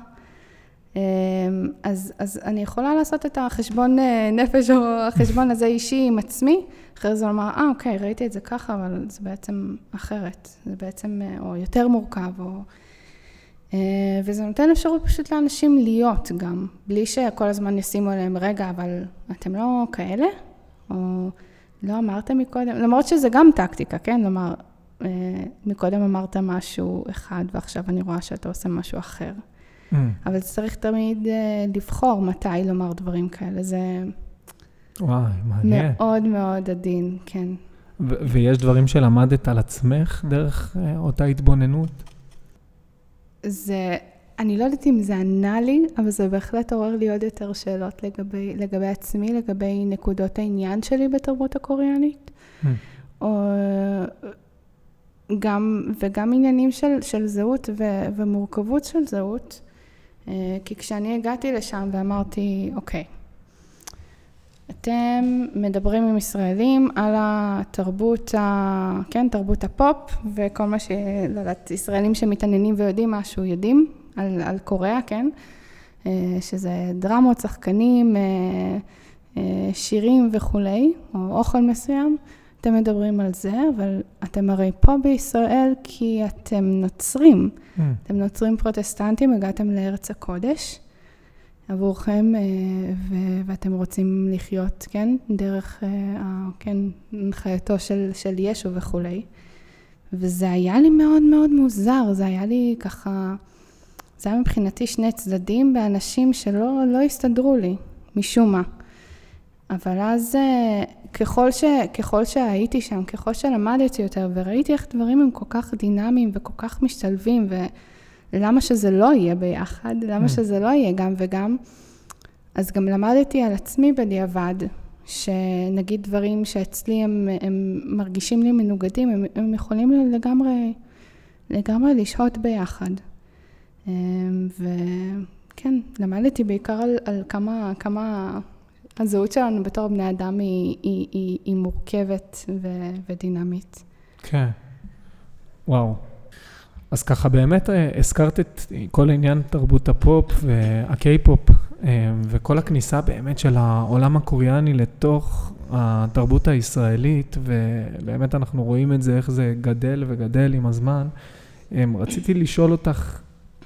אז, אז אני יכולה לעשות את החשבון נפש או החשבון הזה אישי עם עצמי, אחרי זה לומר, אה, אוקיי, ראיתי את זה ככה, אבל זה בעצם אחרת, זה בעצם, או יותר מורכב, או... וזה נותן אפשרות פשוט לאנשים להיות גם, בלי שכל הזמן ישימו עליהם, רגע, אבל אתם לא כאלה? או... לא אמרת מקודם, למרות שזה גם טקטיקה, כן? לומר, מקודם אמרת משהו אחד, ועכשיו אני רואה שאתה עושה משהו אחר. Mm. אבל צריך תמיד לבחור מתי לומר דברים כאלה. זה וואי, מעניין. מאוד מאוד עדין, כן. ו- ויש דברים שלמדת על עצמך דרך אותה התבוננות? זה... אני לא יודעת אם זה ענה לי, אבל זה בהחלט עורר לי עוד יותר שאלות לגבי, לגבי עצמי, לגבי נקודות העניין שלי בתרבות הקוריאנית. Mm. או, גם, וגם עניינים של, של זהות ו, ומורכבות של זהות. כי כשאני הגעתי לשם ואמרתי, אוקיי, אתם מדברים עם ישראלים על התרבות, ה, כן, תרבות הפופ, וכל מה ש... לא יודעת, ישראלים שמתעניינים ויודעים משהו, יודעים. על, על קוריאה, כן? שזה דרמות, שחקנים, שירים וכולי, או אוכל מסוים. אתם מדברים על זה, אבל אתם הרי פה בישראל כי אתם נוצרים. Mm. אתם נוצרים פרוטסטנטים, הגעתם לארץ הקודש עבורכם, ו- ואתם רוצים לחיות, כן? דרך, כן, הנחייתו של, של ישו וכולי. וזה היה לי מאוד מאוד מוזר, זה היה לי ככה... זה היה מבחינתי שני צדדים באנשים שלא לא הסתדרו לי, משום מה. אבל אז ככל, ש, ככל שהייתי שם, ככל שלמדתי יותר וראיתי איך דברים הם כל כך דינמיים וכל כך משתלבים, ולמה שזה לא יהיה ביחד, למה שזה לא יהיה גם וגם, אז גם למדתי על עצמי בדיעבד, שנגיד דברים שאצלי הם, הם מרגישים לי מנוגדים, הם, הם יכולים לגמרי, לגמרי לשהות ביחד. וכן, למדתי בעיקר על, על כמה, כמה הזהות שלנו בתור בני אדם היא, היא, היא, היא מורכבת ו, ודינמית. כן. וואו. אז ככה באמת הזכרת את כל העניין תרבות הפופ והקיי-פופ, וכל הכניסה באמת של העולם הקוריאני לתוך התרבות הישראלית, ובאמת אנחנו רואים את זה, איך זה גדל וגדל עם הזמן. רציתי לשאול אותך,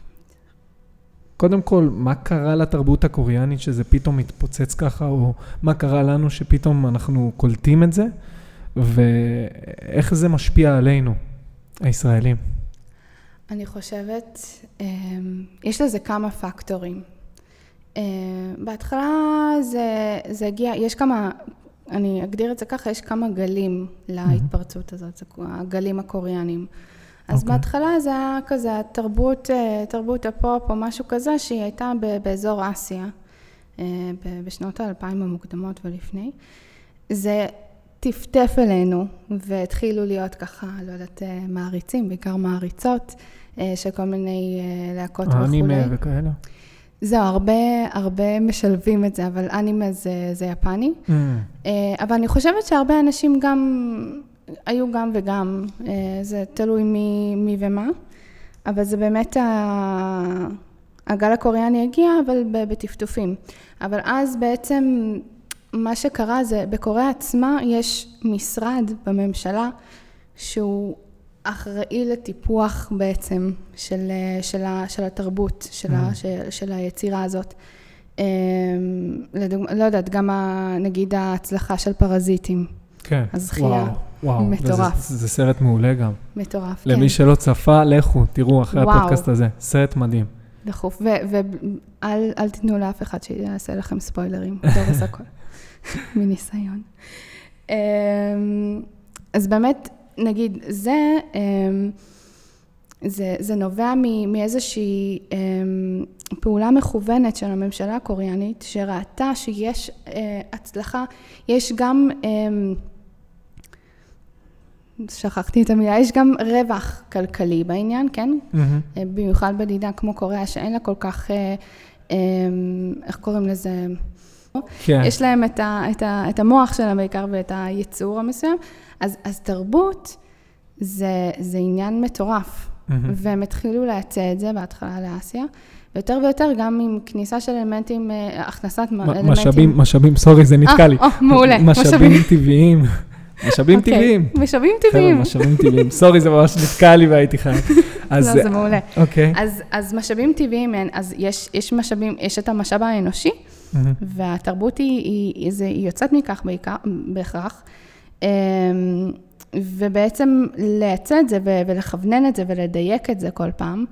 קודם כל, מה קרה לתרבות הקוריאנית שזה פתאום מתפוצץ ככה, או מה קרה לנו שפתאום אנחנו קולטים את זה, ואיך זה משפיע עלינו, הישראלים? אני חושבת, יש לזה כמה פקטורים. בהתחלה זה, זה הגיע, יש כמה, אני אגדיר את זה ככה, יש כמה גלים להתפרצות הזאת, הגלים הקוריאנים. אז okay. בהתחלה זה היה כזה, תרבות, תרבות הפופ או משהו כזה, שהיא הייתה באזור אסיה, בשנות האלפיים המוקדמות ולפני. זה טפטף אלינו, והתחילו להיות ככה, לא יודעת, מעריצים, בעיקר מעריצות, של כל מיני להקות וכולי. אנימה וכאלה. זהו, הרבה, הרבה משלבים את זה, אבל אנימה זה, זה יפני. Mm. אבל אני חושבת שהרבה אנשים גם, היו גם וגם, זה תלוי מי, מי ומה, אבל זה באמת, הגל הקוריאני הגיע, אבל בטפטופים. אבל אז בעצם, מה שקרה זה, בקוריאה עצמה יש משרד בממשלה שהוא אחראי לטיפוח בעצם של, של, של התרבות, של, mm. של, של היצירה הזאת. לדוג... לא יודעת, גם ה, נגיד ההצלחה של פרזיטים. כן, הזכייה. וואו, וואו. מטורף. וזה, זה סרט מעולה גם. מטורף, למי כן. שלא צפה, לכו, תראו אחרי וואו. הפודקאסט הזה. סרט מדהים. דחוף, ואל אל תתנו לאף אחד שיעשה לכם ספוילרים. דורס הכל. מניסיון. אז באמת, נגיד, זה, זה, זה נובע מאיזושהי פעולה מכוונת של הממשלה הקוריאנית, שראתה שיש הצלחה, יש גם, שכחתי את המילה, יש גם רווח כלכלי בעניין, כן? Mm-hmm. במיוחד בדידה כמו קוריאה, שאין לה כל כך, איך קוראים לזה? כן. יש להם את, ה, את, ה, את המוח שלהם בעיקר ואת היצור המסוים, אז, אז תרבות זה, זה עניין מטורף, mm-hmm. והם התחילו להצא את זה בהתחלה לאסיה, ויותר ויותר גם עם כניסה של אלמנטים, הכנסת מה, אלמנטים... משאבים, משאבים, סורי, זה נתקע לי. אה, מעולה. משאבים טבעיים. משאבים טבעיים. משאבים טבעיים. משאבים טבעיים. סורי, זה ממש נתקע לי והייתי חי. לא, זה מעולה. אוקיי. אז, אז משאבים טבעיים, אז יש, יש משאבים, יש את המשאב האנושי, והתרבות היא, היא, זה, היא יוצאת מכך בעיקר, בהכרח, ובעצם לייצא את זה ולכוונן את זה ולדייק את זה כל פעם,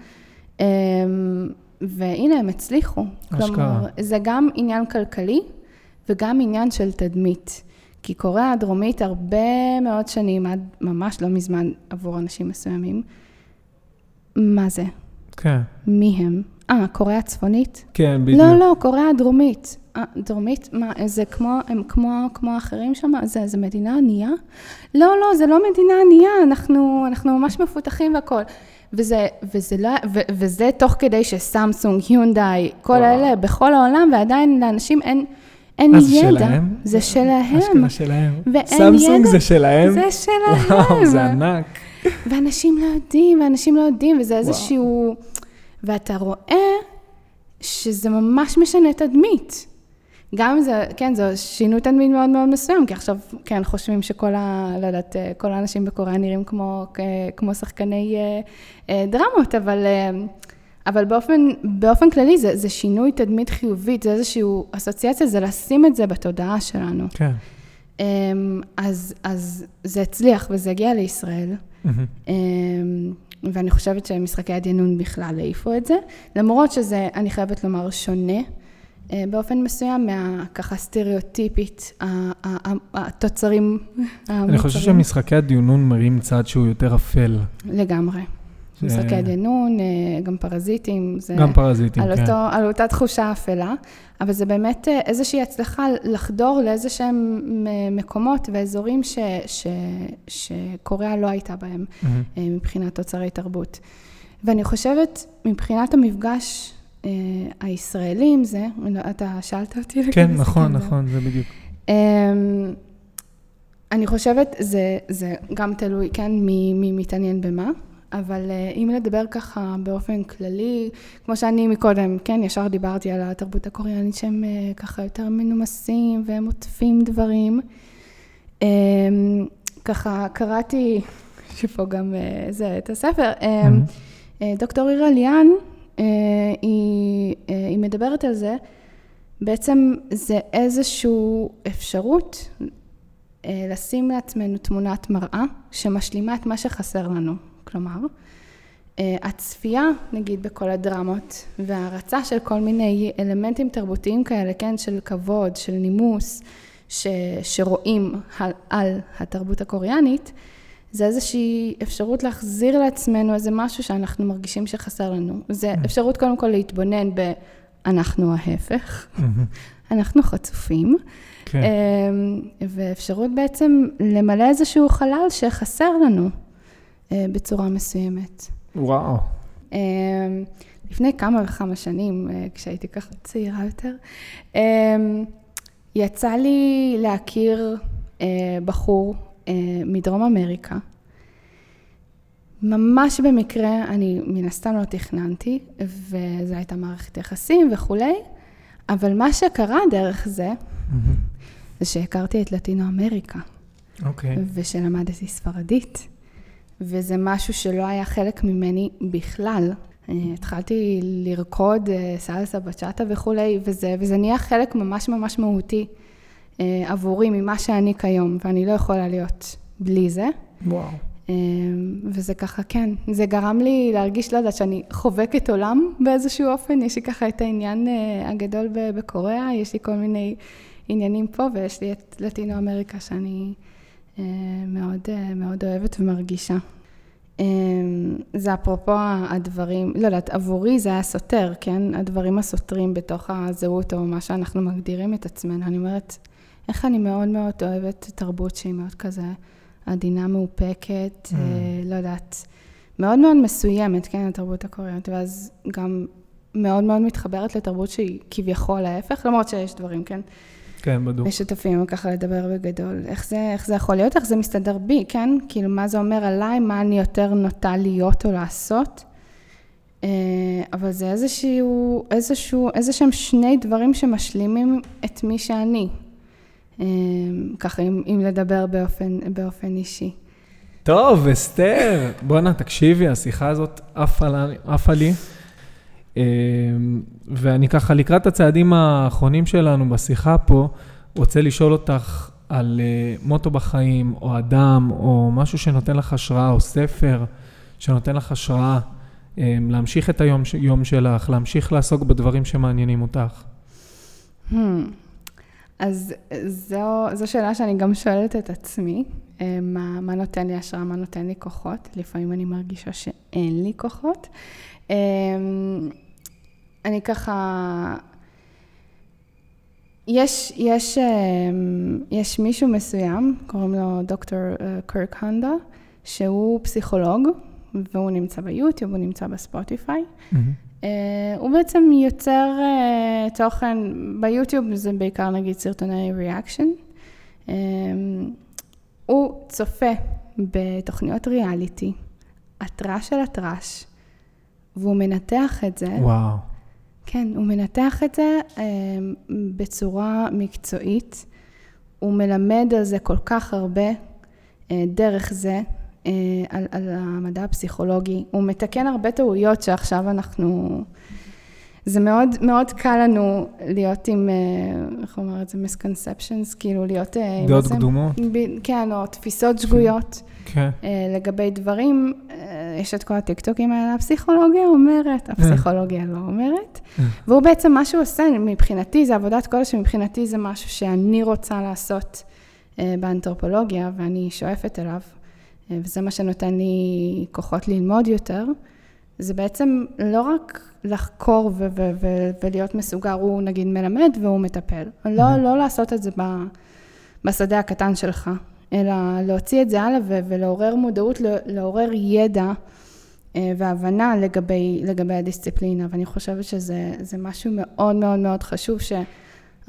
והנה הם הצליחו. כלומר, זה גם עניין כלכלי וגם עניין של תדמית. כי קוריאה הדרומית הרבה מאוד שנים, עד ממש לא מזמן עבור אנשים מסוימים, מה זה? כן. מי הם? אה, קוריאה הצפונית? כן, בדיוק. לא, לא, קוריאה הדרומית. אה, דרומית? מה, זה כמו, הם כמו, כמו האחרים שם? זה, זה מדינה ענייה? לא, לא, זה לא מדינה ענייה, אנחנו, אנחנו ממש מפותחים והכל. וזה, וזה לא, ו, וזה תוך כדי שסמסונג, היונדאי, כל וואו. האלה בכל העולם, ועדיין לאנשים אין, אין אז ידע. זה שלהם? זה שלהם. אשכרה שלהם. ואין סמסונג ידע. זה שלהם? זה שלהם. וואו, זה ענק. ואנשים לא יודעים, ואנשים לא יודעים, וזה איזשהו... ואתה רואה שזה ממש משנה תדמית. גם אם זה, כן, זה שינוי תדמית מאוד מאוד מסוים, כי עכשיו, כן, חושבים שכל ה... לא יודעת, כל האנשים בקוריאה נראים כמו, כמו שחקני דרמות, אבל... אבל באופן, באופן כללי זה, זה שינוי תדמית חיובית, זה איזשהו אסוציאציה, זה לשים את זה בתודעה שלנו. כן. אז, אז זה הצליח וזה הגיע לישראל, mm-hmm. ואני חושבת שמשחקי הדינון בכלל העיפו את זה, למרות שזה, אני חייבת לומר, שונה באופן מסוים, מהככה סטריאוטיפית, התוצרים, אני חושב שמשחקי הדינון מראים צד שהוא יותר אפל. לגמרי. משחקי הדינון, גם פרזיטים. גם פרזיטים, על כן. אותו, על אותה תחושה אפלה, אבל זה באמת איזושהי הצלחה לחדור לאיזשהם מקומות ואזורים ש, ש, שקוריאה לא הייתה בהם, mm-hmm. מבחינת תוצרי תרבות. ואני חושבת, מבחינת המפגש הישראלי עם זה, אתה שאלת אותי? כן, נכון, נכון, זה בדיוק. אני חושבת, זה, זה גם תלוי, כן, מי, מי מתעניין במה, אבל אם לדבר ככה באופן כללי, כמו שאני מקודם, כן, ישר דיברתי על התרבות הקוריאנית שהם ככה יותר מנומסים והם עוטפים דברים. ככה קראתי, שפה גם זה, את הספר, דוקטור אירה ליאן, היא, היא מדברת על זה, בעצם זה איזושהי אפשרות לשים לעצמנו תמונת מראה שמשלימה את מה שחסר לנו. כלומר, הצפייה, נגיד, בכל הדרמות וההרצה של כל מיני אלמנטים תרבותיים כאלה, כן, של כבוד, של נימוס, ש, שרואים על, על התרבות הקוריאנית, זה איזושהי אפשרות להחזיר לעצמנו איזה משהו שאנחנו מרגישים שחסר לנו. זה אפשרות קודם כל להתבונן ב... אנחנו ההפך, אנחנו חצופים, ואפשרות בעצם למלא איזשהו חלל שחסר לנו בצורה מסוימת. וואו. לפני כמה וכמה שנים, כשהייתי ככה צעירה יותר, יצא לי להכיר בחור מדרום אמריקה. ממש במקרה, אני מן הסתם לא תכננתי, וזו הייתה מערכת יחסים וכולי, אבל מה שקרה דרך זה, זה שהכרתי את לטינו אמריקה. אוקיי. ושלמדתי ספרדית, וזה משהו שלא היה חלק ממני בכלל. התחלתי לרקוד סלסה בצ'אטה וכולי, וזה, וזה נהיה חלק ממש ממש מהותי עבורי ממה שאני כיום, ואני לא יכולה להיות בלי זה. וואו. וזה ככה, כן, זה גרם לי להרגיש, לא יודעת, שאני חובקת עולם באיזשהו אופן, יש לי ככה את העניין הגדול בקוריאה, יש לי כל מיני עניינים פה, ויש לי את לטינו אמריקה שאני מאוד, מאוד אוהבת ומרגישה. זה אפרופו הדברים, לא יודעת, עבורי זה היה סותר, כן? הדברים הסותרים בתוך הזהות, או מה שאנחנו מגדירים את עצמנו. אני אומרת, איך אני מאוד מאוד אוהבת תרבות שהיא מאוד כזה, עדינה מאופקת, mm. לא יודעת, מאוד מאוד מסוימת, כן, התרבות הקוריאנית, ואז גם מאוד מאוד מתחברת לתרבות שהיא כביכול ההפך, למרות שיש דברים, כן? כן, בדיוק. משותפים, ככה לדבר בגדול. איך זה, איך זה יכול להיות? איך זה מסתדר בי, כן? כאילו, מה זה אומר עליי? מה אני יותר נוטה להיות או לעשות? אבל זה איזשהו, איזשהו, איזשהם שני דברים שמשלימים את מי שאני. ככה, אם, אם לדבר באופן, באופן אישי. טוב, אסתר, בוא'נה, תקשיבי, השיחה הזאת עפה לי. ואני ככה לקראת הצעדים האחרונים שלנו בשיחה פה, רוצה לשאול אותך על מוטו בחיים, או אדם, או משהו שנותן לך השראה, או ספר שנותן לך השראה, להמשיך את היום יום שלך, להמשיך לעסוק בדברים שמעניינים אותך. Hmm. אז זו, זו שאלה שאני גם שואלת את עצמי, מה, מה נותן לי השראה, מה נותן לי כוחות, לפעמים אני מרגישה שאין לי כוחות. אני ככה, יש, יש, יש מישהו מסוים, קוראים לו דוקטור קרק הנדה, שהוא פסיכולוג, והוא נמצא ביוטיוב, הוא נמצא בספוטיפיי. Mm-hmm. Uh, הוא בעצם יוצר uh, תוכן, ביוטיוב זה בעיקר נגיד סרטוני ריאקשן. Uh, הוא צופה בתוכניות ריאליטי, הטרש של הטרש, והוא מנתח את זה. וואו. כן, הוא מנתח את זה uh, בצורה מקצועית. הוא מלמד על זה כל כך הרבה uh, דרך זה. על, על המדע הפסיכולוגי. הוא מתקן הרבה טעויות שעכשיו אנחנו... זה מאוד, מאוד קל לנו להיות עם, איך אומר את זה, misconceptions, כאילו להיות... דעות קדומות. כן, או תפיסות שגויות. כן. לגבי דברים, יש את כל הטיקטוקים האלה, הפסיכולוגיה אומרת, הפסיכולוגיה לא אומרת. והוא בעצם מה שהוא עושה, מבחינתי, זה עבודת קודש, מבחינתי זה משהו שאני רוצה לעשות באנתרופולוגיה, ואני שואפת אליו. וזה מה שנותן לי כוחות ללמוד יותר, זה בעצם לא רק לחקור ו- ו- ו- ולהיות מסוגר, הוא נגיד מלמד והוא מטפל. לא, לא לעשות את זה ב- בשדה הקטן שלך, אלא להוציא את זה הלאה ו- ולעורר מודעות, לעורר ידע והבנה לגבי, לגבי הדיסציפלינה. ואני חושבת שזה זה משהו מאוד מאוד מאוד חשוב,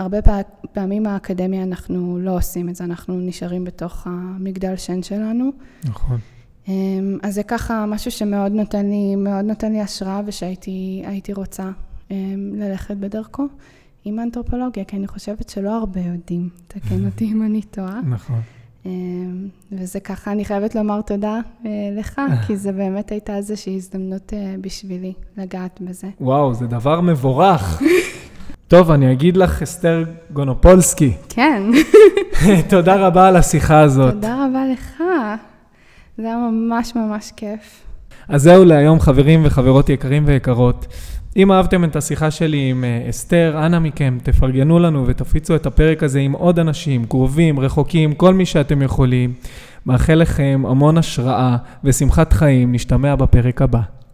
הרבה פעמים האקדמיה אנחנו לא עושים את זה, אנחנו נשארים בתוך המגדל שן שלנו. נכון. אז זה ככה משהו שמאוד נותן לי, מאוד נותן לי השראה, ושהייתי הייתי רוצה ללכת בדרכו עם האנתרופולוגיה, כי אני חושבת שלא הרבה יודעים, תקן אותי אם אני טועה. נכון. וזה ככה, אני חייבת לומר תודה לך, כי זה באמת הייתה איזושהי הזדמנות בשבילי לגעת בזה. וואו, זה דבר מבורך. טוב, אני אגיד לך, אסתר גונופולסקי. כן. תודה רבה על השיחה הזאת. תודה רבה לך. זה היה ממש ממש כיף. אז זהו להיום, חברים וחברות יקרים ויקרות. אם אהבתם את השיחה שלי עם אסתר, אנא מכם, תפרגנו לנו ותפיצו את הפרק הזה עם עוד אנשים, קרובים, רחוקים, כל מי שאתם יכולים. מאחל לכם המון השראה ושמחת חיים. נשתמע בפרק הבא.